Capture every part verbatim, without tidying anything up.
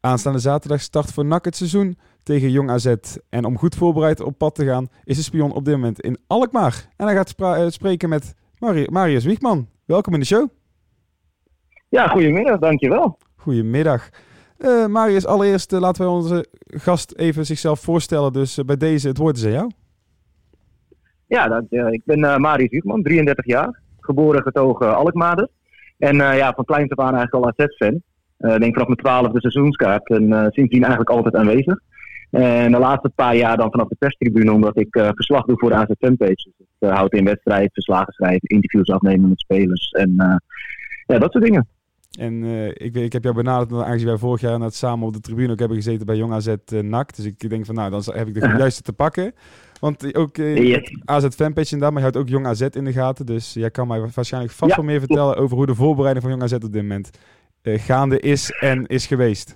Aanstaande zaterdag start voor N A C het seizoen tegen Jong A Z. En om goed voorbereid op pad te gaan is de spion op dit moment in Alkmaar. En hij gaat spra- uh, spreken met Mari- Marius Wiegman. Welkom in de show. Ja, goedemiddag, dankjewel. Goedemiddag. Uh, Marius, allereerst uh, laten wij onze gast even zichzelf voorstellen. Dus uh, bij deze, het woord is aan jou. Ja, dat, uh, ik ben uh, Marius Wiegman, drieëndertig jaar. Geboren getogen Alkmaarder. En uh, ja, van kleins af aan eigenlijk al A Z-fan. Uh, denk vanaf mijn twaalfde seizoenskaart. En uh, sindsdien eigenlijk altijd aanwezig. En de laatste paar jaar dan vanaf de perstribune, omdat ik uh, verslag doe voor de A Z-fanpage. Dus ik uh, houd in wedstrijd, verslagen schrijven, interviews afnemen met spelers en uh, ja, dat soort dingen. En uh, ik, ik heb jou benaderd, aangezien wij vorig jaar net samen op de tribune ook hebben gezeten bij Jong A Z uh, N A C. Dus ik denk van nou, dan heb ik de juiste te pakken. Want ook uh, yes. A Z fanpage inderdaad, maar je houdt ook Jong A Z in de gaten. Dus jij kan mij waarschijnlijk vast wel ja. meer vertellen over hoe de voorbereiding van Jong A Z op dit moment uh, gaande is en is geweest.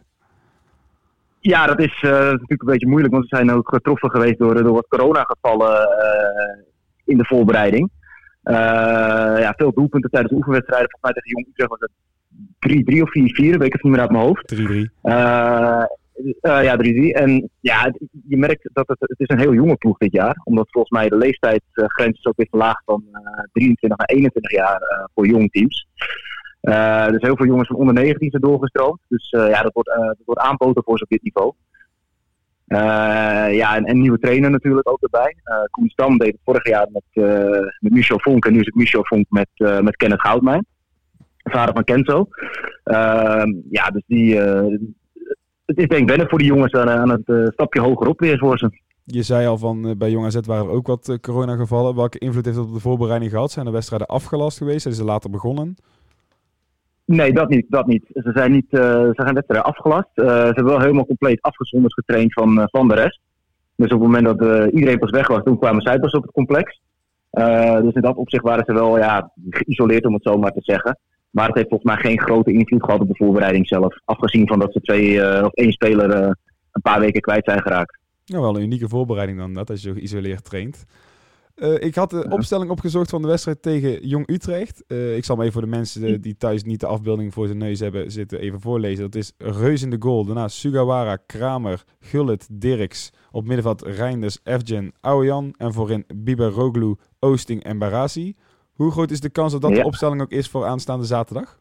Ja, dat is, uh, dat is natuurlijk een beetje moeilijk, want we zijn ook getroffen geweest door, door wat coronagevallen uh, in de voorbereiding. Uh, ja, veel doelpunten tijdens de oefenwedstrijden. Volgens mij tegen Jong Utrecht was het drie drie of vier vier, weet ik het niet meer uit mijn hoofd. drie drie. Uh, uh, ja, drie drie. En ja, je merkt dat het, het is een heel jonge ploeg dit jaar. Omdat volgens mij de leeftijdsgrens is ook weer verlaagd van uh, drieëntwintig naar eenentwintig jaar uh, voor jonge teams. Uh, dus heel veel jongens van onder negentien zijn doorgestroomd. Dus uh, ja, dat wordt, uh, dat wordt aanpoten voor ze op dit niveau. Uh, ja, en, en nieuwe trainer natuurlijk ook erbij. Uh, Koen Stam deed het vorig jaar met, uh, met Michel Vonk. En nu is het Michel Vonk met, uh, met Kenneth Goudmijn. Vader van Kenzo. Uh, ja, dus die... Uh, het is denk ik wennen voor die jongens aan, aan het uh, stapje hogerop weer voor ze. Je zei al van uh, bij Jong A Z waren er ook wat uh, coronagevallen. Welke invloed heeft dat op de voorbereiding gehad? Zijn de wedstrijden afgelast geweest? Zijn ze later begonnen? Nee, dat niet. Dat niet. Ze zijn niet uh, ze zijn wedstrijden afgelast. Uh, ze hebben wel helemaal compleet afgezonderd getraind van, uh, van de rest. Dus op het moment dat uh, iedereen pas weg was, toen kwamen zij pas op het complex. Uh, dus in dat opzicht waren ze wel ja, geïsoleerd, om het zo maar te zeggen. Maar het heeft volgens mij geen grote invloed gehad op de voorbereiding zelf. Afgezien van dat ze twee uh, of één speler uh, een paar weken kwijt zijn geraakt. Nou, wel een unieke voorbereiding dan dat, als je zo geïsoleerd traint. Uh, ik had de opstelling opgezocht van de wedstrijd tegen Jong Utrecht. Uh, ik zal maar even voor de mensen die thuis niet de afbeelding voor zijn neus hebben zitten even voorlezen. Dat is Reus in de goal. Daarna Sugawara, Kramer, Gullit, Dirks. Op middenveld Reinders, Evgen, Ouwejan. En voorin Biber, Roglu, Oosting en Barasi. Hoe groot is de kans dat dat ja. de opstelling ook is voor aanstaande zaterdag?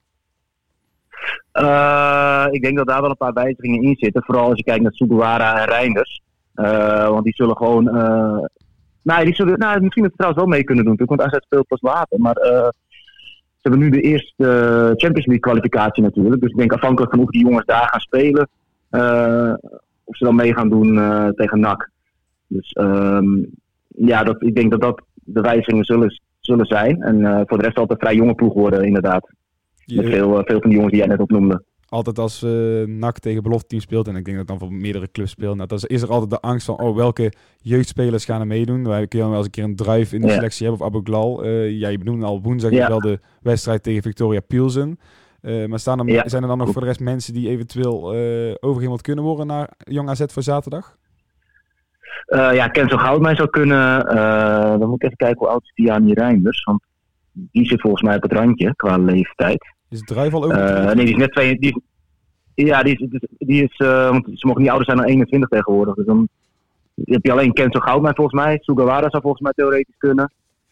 Uh, ik denk dat daar wel een paar wijzigingen in zitten. Vooral als je kijkt naar Sugawara en Reinders. Uh, want die zullen gewoon... Uh, Nou, die zullen, nou, misschien dat ze trouwens wel mee kunnen doen, natuurlijk, want A Z speelt pas later. Maar uh, ze hebben nu de eerste uh, Champions League kwalificatie natuurlijk. Dus ik denk afhankelijk van hoe die jongens daar gaan spelen, uh, of ze dan mee gaan doen uh, tegen N A C. Dus um, ja, dat, ik denk dat dat de wijzigingen zullen, zullen zijn. En uh, voor de rest altijd een vrij jonge ploeg worden, inderdaad. Met veel, uh, veel van die jongens die jij net opnoemde. Altijd als uh, N A C tegen belofteteam speelt, en ik denk dat dan voor meerdere clubs speelt, nou, dan is er altijd de angst van, oh, welke jeugdspelers gaan er meedoen? Wij kunnen wel eens een keer een drive in de ja. selectie hebben, of Abu Glal. Uh, ja, je benoemde al woensdag ja. wel de wedstrijd tegen Victoria Pilsen. Uh, maar staan er, ja. zijn er dan nog voor de rest mensen die eventueel uh, overgehemeld kunnen worden naar Jong A Z voor zaterdag? Uh, ja, Kenzo Goudmijn zou kunnen. Uh, dan moet ik even kijken hoe oud is Diani Reinders, want die zit volgens mij op het randje qua leeftijd. Is het druif al over? Uh, nee, die is net twee. Die is, ja, die is, die is uh, want ze mogen niet ouder zijn dan eenentwintig tegenwoordig. Dus dan heb je alleen Kenzo Goudmijn volgens mij. Sugawara zou volgens mij theoretisch kunnen.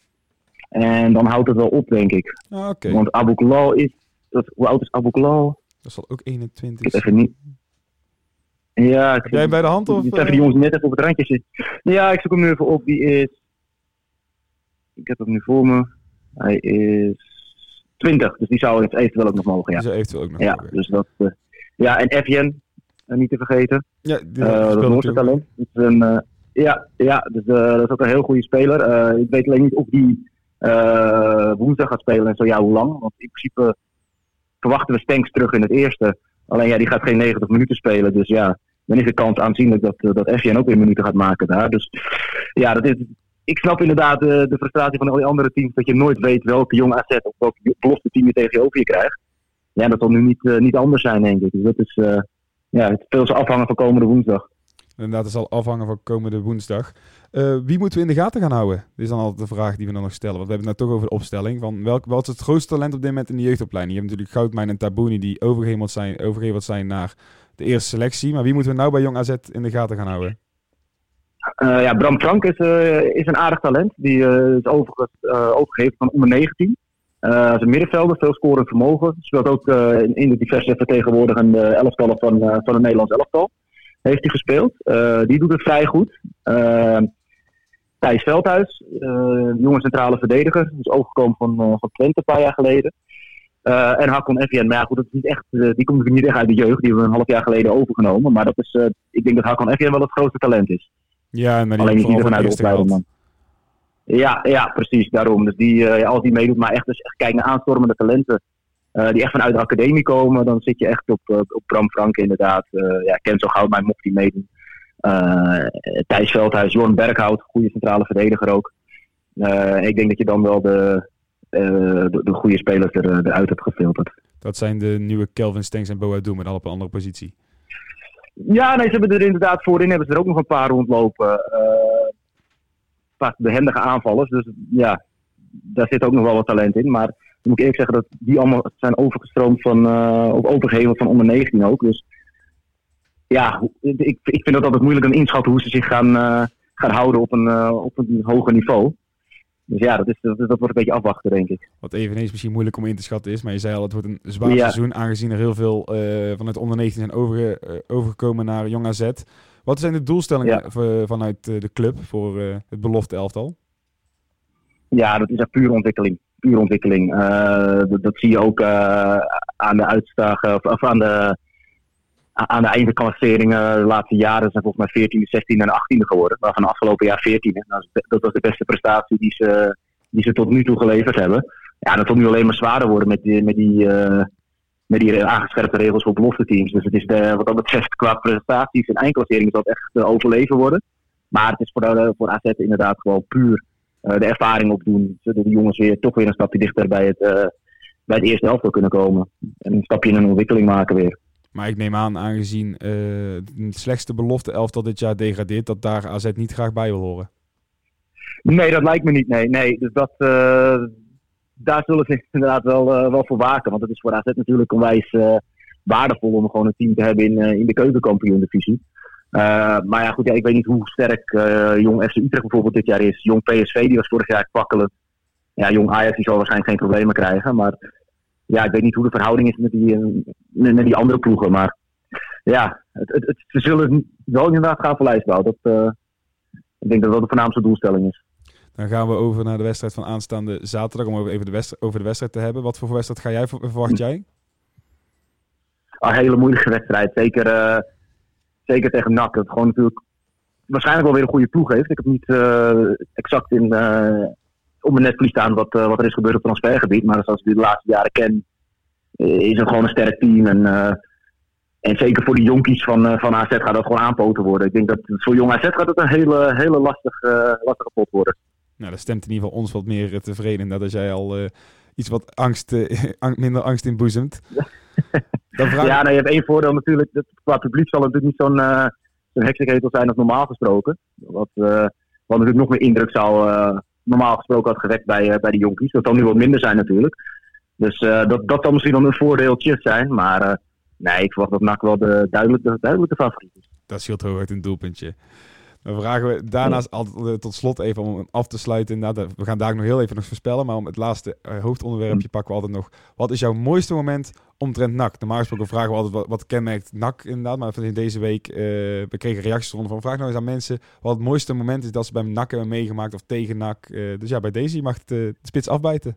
En dan houdt het wel op, denk ik. Ah, okay. Want Abu Glal is. Dat, hoe oud is Abu Glal? Dat zal ook eenentwintig. Ik even niet. Ja, ik heb jij bij de hand? Of, ik heb die jongens net even op het randje zitten. Ja, ik zoek hem nu even op. Die is. Ik heb hem nu voor me. Hij is. twintig, dus die zou eventueel ook nog mogen, ja. Die zou eventueel ook nog ja, mogen. Dus dat, uh, ja, en Evgen, uh, niet te vergeten. Ja, die uh, dat Noorse talent. Dat is een, uh, ja, ja dus, uh, dat is ook een heel goede speler. Uh, ik weet alleen niet of die uh, woensdag gaat spelen en zo ja, hoe lang. Want in principe verwachten we Stenks terug in het eerste. Alleen ja, die gaat geen negentig minuten spelen. Dus ja, dan is de kans aanzienlijk dat, uh, dat Evgen ook weer minuten gaat maken daar. Dus ja, dat is... Ik snap inderdaad uh, de frustratie van al die andere teams dat je nooit weet welke Jong A Z of welke belofte team je tegen je over je krijgt. Ja, dat zal nu niet, uh, niet anders zijn, denk ik. Dus dat is uh, ja, het veel zal afhangen van komende woensdag. Inderdaad, het zal afhangen van komende woensdag. Uh, wie moeten we in de gaten gaan houden? Dit is dan altijd de vraag die we dan nog stellen. Want we hebben het nou toch over de opstelling. Van welk, wat is het grootste talent op dit moment in de jeugdopleiding? Je hebt natuurlijk Goudmijn en Tabouni die overgehemeld zijn, overgehemeld zijn naar de eerste selectie. Maar wie moeten we nou bij Jong A Z in de gaten gaan houden? Uh, ja, Bram Frank is, uh, is een aardig talent. Die uh, is overge- uh, overgegeven van onder negentien. Uh, als een middenvelder, veel scorend vermogen. Speelt ook uh, in, in de diverse vertegenwoordigende elftallen van, uh, van het Nederlands elftal. Heeft hij gespeeld. Uh, die doet het vrij goed. Uh, Thijs Veldhuis, uh, jonge centrale verdediger. Die is overgekomen van, uh, van Twente een paar jaar geleden. Uh, en Hakon Effien, maar ja, goed, dat is niet echt, uh, die komt niet echt uit de jeugd. Die hebben we een half jaar geleden overgenomen. Maar dat is, uh, ik denk dat Hakon Effien wel het grootste talent is. Ja, maar die alleen niet iedereen uit de opleiding opleiding, man. Ja, ja, precies, daarom. Dus die, uh, ja, als die meedoet, maar echt, dus echt kijken naar aanstormende talenten. Uh, die echt vanuit de academie komen, dan zit je echt op, uh, op Bram Frank inderdaad. Uh, ja, Kenzo Goudmij mocht die meedoen. Uh, Thijs Veldhuis, Jorn Berghout, goede centrale verdediger ook. Uh, ik denk dat je dan wel de, uh, de, de goede spelers er, eruit hebt gefilterd. Dat zijn de nieuwe Kelvin Stengs en Boadu, maar dan op een andere positie. Ja, nee, ze hebben er inderdaad voorin hebben ze er ook nog een paar rondlopen. Uh, vaak behendige aanvallers, dus ja, daar zit ook nog wel wat talent in. Maar dan moet ik eerlijk zeggen dat die allemaal zijn overgestroomd van, uh, of overgeheveld van onder negentien ook. Dus ja, ik, ik vind het altijd moeilijk om inschatten hoe ze zich gaan, uh, gaan houden op een, uh, op een hoger niveau. Dus ja, dat, is, dat, dat wordt een beetje afwachten, denk ik. Wat eveneens misschien moeilijk om in te schatten is, maar je zei al, het wordt een zwaar ja. seizoen, aangezien er heel veel uh, vanuit onder negentien zijn overge, uh, overgekomen naar Jong A Z. Wat zijn de doelstellingen ja. v- vanuit uh, de club voor uh, het belofte elftal? Ja, dat is echt pure ontwikkeling. Pure ontwikkeling. Uh, dat, dat zie je ook uh, aan de uitslagen, of, of aan de, aan de eindklasseringen. De laatste jaren zijn volgens mij veertiende, zestiende en achttiende geworden. Maar van afgelopen jaar veertiende. Dat, dat was de beste prestatie die ze, die ze tot nu toe geleverd hebben. Ja, dat zal nu alleen maar zwaarder worden met die, met die, uh, met die aangescherpte regels voor belofteteams. Dus het is de, wat dat betreft qua prestaties en eindklasseringen zal het echt uh, overleven worden. Maar het is voor, de, voor A Z inderdaad gewoon puur uh, de ervaring opdoen. Zodat de jongens weer toch weer een stapje dichter bij het, uh, bij het eerste elftal kunnen komen. En een stapje in een ontwikkeling maken weer. Maar ik neem aan, aangezien uh, het slechtste belofte elftal dit jaar degradeert, dat daar A Z niet graag bij wil horen. Nee, dat lijkt me niet. Nee, nee. Dus dat, uh, daar zullen ze inderdaad wel, uh, wel voor waken. Want het is voor A Z natuurlijk onwijs uh, waardevol om gewoon een team te hebben in, uh, in de keukenkampioen-divisie. Uh, maar ja, goed, ja, ik weet niet hoe sterk uh, Jong F C Utrecht bijvoorbeeld dit jaar is. Jong P S V, die was vorig jaar kwakkelend. Ja, Jong Ajax, die zal waarschijnlijk geen problemen krijgen. Maar ja, ik weet niet hoe de verhouding is met die, uh, met, met die andere ploegen. Maar ja, het, het, het, ze zullen wel inderdaad gaan voor lijstbouw. Dat, uh, ik denk dat dat de voornaamste doelstelling is. Dan gaan we over naar de wedstrijd van aanstaande zaterdag, om even de wedstrijd, over de wedstrijd te hebben. Wat voor wedstrijd ga jij, verwacht jij? Een hele moeilijke wedstrijd. Zeker, uh, zeker tegen N A C. Dat gewoon natuurlijk waarschijnlijk wel weer een goede ploeg heeft. Ik heb niet uh, exact in, uh, op mijn netvlies staan wat, uh, wat er is gebeurd op het transfergebied. Maar zoals ik de laatste jaren ken, is het gewoon een sterk team. En, uh, en zeker voor de jonkies van, uh, van A Z gaat dat gewoon aanpoten worden. Ik denk dat voor Jong A Z gaat het een hele, hele lastige, uh, lastige pot worden. Nou, dat stemt in ieder geval ons wat meer tevreden. Dat als jij al uh, iets wat angst, uh, ang- minder angst inboezemt. Vraag... Ja, nee, je hebt één voordeel natuurlijk. Dat, qua publiek zal het natuurlijk niet zo'n, uh, zo'n heksenketel zijn als normaal gesproken. Wat, uh, wat natuurlijk nog meer indruk zou uh, normaal gesproken had gewekt bij, uh, bij de jonkies. Dat zal nu wat minder zijn natuurlijk. Dus uh, dat, dat zal misschien wel een voordeeltje zijn. Maar uh, nee, ik verwacht dat N A C wel de duidelijke, duidelijke favoriet is. Dat scheelt hooguit een doelpuntje. Dan vragen we daarnaast altijd, tot slot even om af te sluiten. Nou, we gaan daar nog heel even nog voorspellen. Maar om het laatste uh, hoofdonderwerpje pakken we altijd nog. Wat is jouw mooiste moment omtrent N A C? Normaal gesproken vragen we altijd wat, wat kenmerkt N A C inderdaad. Maar in deze week, uh, we kregen reacties eronder van. Vraag nou eens aan mensen wat het mooiste moment is dat ze bij N A C hebben meegemaakt of tegen N A C. Uh, dus ja, bij deze, je mag het, uh, de spits afbijten.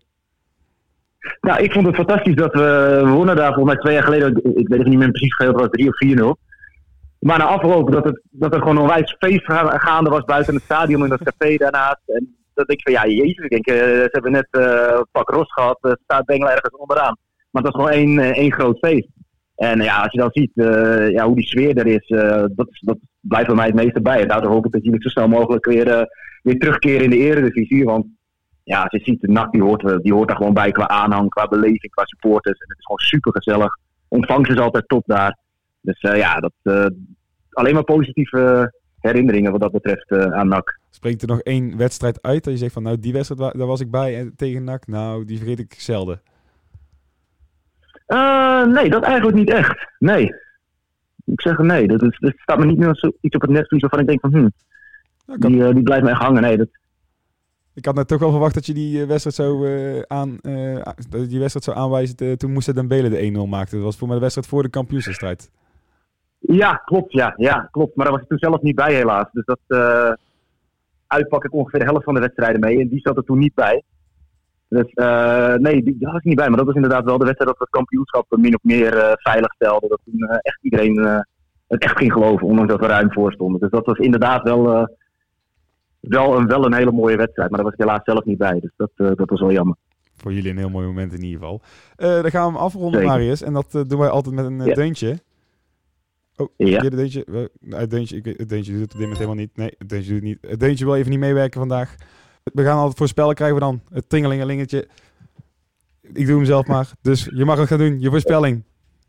Nou, ik vond het fantastisch dat we, we wonnen daar volgens mij twee jaar geleden. Ik weet het niet meer precies veel, het was drie of vier nul. Maar na afgelopen dat, het, dat er gewoon een onwijs feest gaande was buiten het stadion in dat café daarnaast. En dat denk ik van ja, jezus, ik denk, uh, ze hebben net uh, een pak ros gehad, uh, staat Bengel ergens onderaan. Maar het was gewoon één, uh, één groot feest. En uh, ja, als je dan ziet uh, ja, hoe die sfeer er is, uh, dat, dat blijft bij mij het meeste bij. En daardoor hoop ik dat jullie zo snel mogelijk weer, uh, weer terugkeren in de Eredivisie. Want ja, als je ziet, de N A C die hoort, die hoort daar gewoon bij qua aanhang, qua beleving, qua supporters. En het is gewoon super gezellig. Ontvangst is altijd top daar. Dus uh, ja, dat, uh, alleen maar positieve herinneringen wat dat betreft uh, aan N A C. Spreekt er nog één wedstrijd uit dat je zegt van nou die wedstrijd daar was ik bij en tegen N A C? Nou, die vergeet ik zelden. Uh, nee, dat eigenlijk niet echt. Nee. Ik zeg nee, dat, is, dat staat me niet meer zo, iets op het netvlies waarvan ik denk van, hm, Nou, ik, had, die, uh, die blijft me echt hangen. Nee, dat... ik had net toch wel verwacht dat je die uh, wedstrijd zou, uh, aan, uh, dat je die wedstrijd zou aanwijzen uh, toen Moussa Dembele de één nul maakte. Dat was voor mij de wedstrijd voor de kampioenswedstrijd. Ja, klopt, ja, ja, klopt. Maar daar was ik toen zelf niet bij helaas. Dus dat uh, uitpak ik ongeveer de helft van de wedstrijden mee. En die zat er toen niet bij. Dus uh, nee, die, die was ik niet bij. Maar dat was inderdaad wel de wedstrijd dat we het kampioenschap min of meer uh, veilig stelden. Dat toen uh, echt iedereen uh, het echt ging geloven, ondanks dat we ruim voor stonden. Dus dat was inderdaad wel, uh, wel, een, wel een hele mooie wedstrijd. Maar daar was ik helaas zelf niet bij. Dus dat, uh, dat was wel jammer. Voor jullie een heel mooi moment in ieder geval. Uh, dan gaan we hem afronden, Zeker. Marius. En dat uh, doen wij altijd met een uh, Ja. deuntje. Oh, ja. het deuntje? Uh, het deuntje, ik, het deuntje doet het op dit moment helemaal niet. Nee, het deuntje doet het niet. Het deuntje wil even niet meewerken vandaag. We gaan altijd voorspellen, krijgen we dan. Het tingelingelingetje. Ik doe hem zelf maar. Dus je mag het gaan doen. Je voorspelling.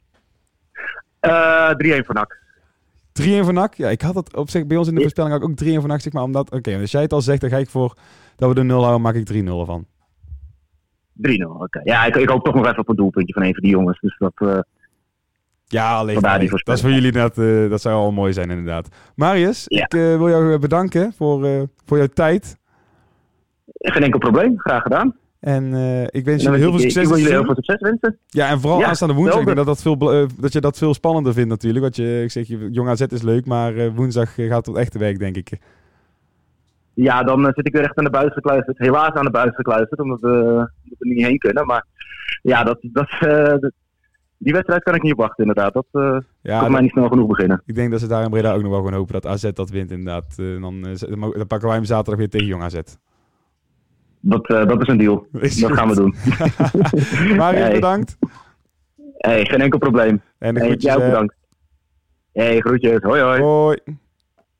Uh, drie-een voor N A C. drie-een voor N A C? Ja, ik had het op zich bij ons in de voorspelling ook drie-een voor N A C. Zeg maar, omdat, oké, okay, als jij het al zegt, dan ga ik voor dat we de nul houden, maak ik drie nul ervan. drie nul, oké. Okay. Ja, ik, ik hoop toch nog even op een doelpuntje van een van die jongens. Dus dat... Uh... Ja, alleen dat is voor jullie net, uh, dat zou al mooi zijn inderdaad. Marius, ja. ik uh, wil jou bedanken voor, uh, voor jouw tijd. Geen enkel probleem, graag gedaan. En uh, ik wens jullie heel veel succes. Ik wil jullie heel veel succes wensen. Ja, en vooral ja, aanstaande woensdag. Ik denk dat, dat, veel, uh, dat je dat veel spannender vindt natuurlijk. Want je, ik zeg, Jong A Z is leuk, maar uh, woensdag uh, gaat het echte werk, denk ik. Ja, dan uh, zit ik weer echt aan de buis gekluisterd. Helaas aan de buis gekluisterd, omdat we, uh, omdat we er niet heen kunnen. Maar ja, dat, dat, uh, dat, die wedstrijd kan ik niet op wachten inderdaad. Dat uh, ja, kan mij niet snel genoeg beginnen. Ik denk dat ze daar in Breda ook nog wel gewoon hopen dat A Z dat wint inderdaad. Uh, dan, uh, dan pakken wij hem zaterdag weer tegen Jong A Z. Dat, uh, dat is een deal. Is dat goed. Gaan we doen. Marius, hey. bedankt. Hey, geen enkel probleem. En de hey, groetjes. Jou bedankt. Hey, groetjes. Hoi hoi. Hoi.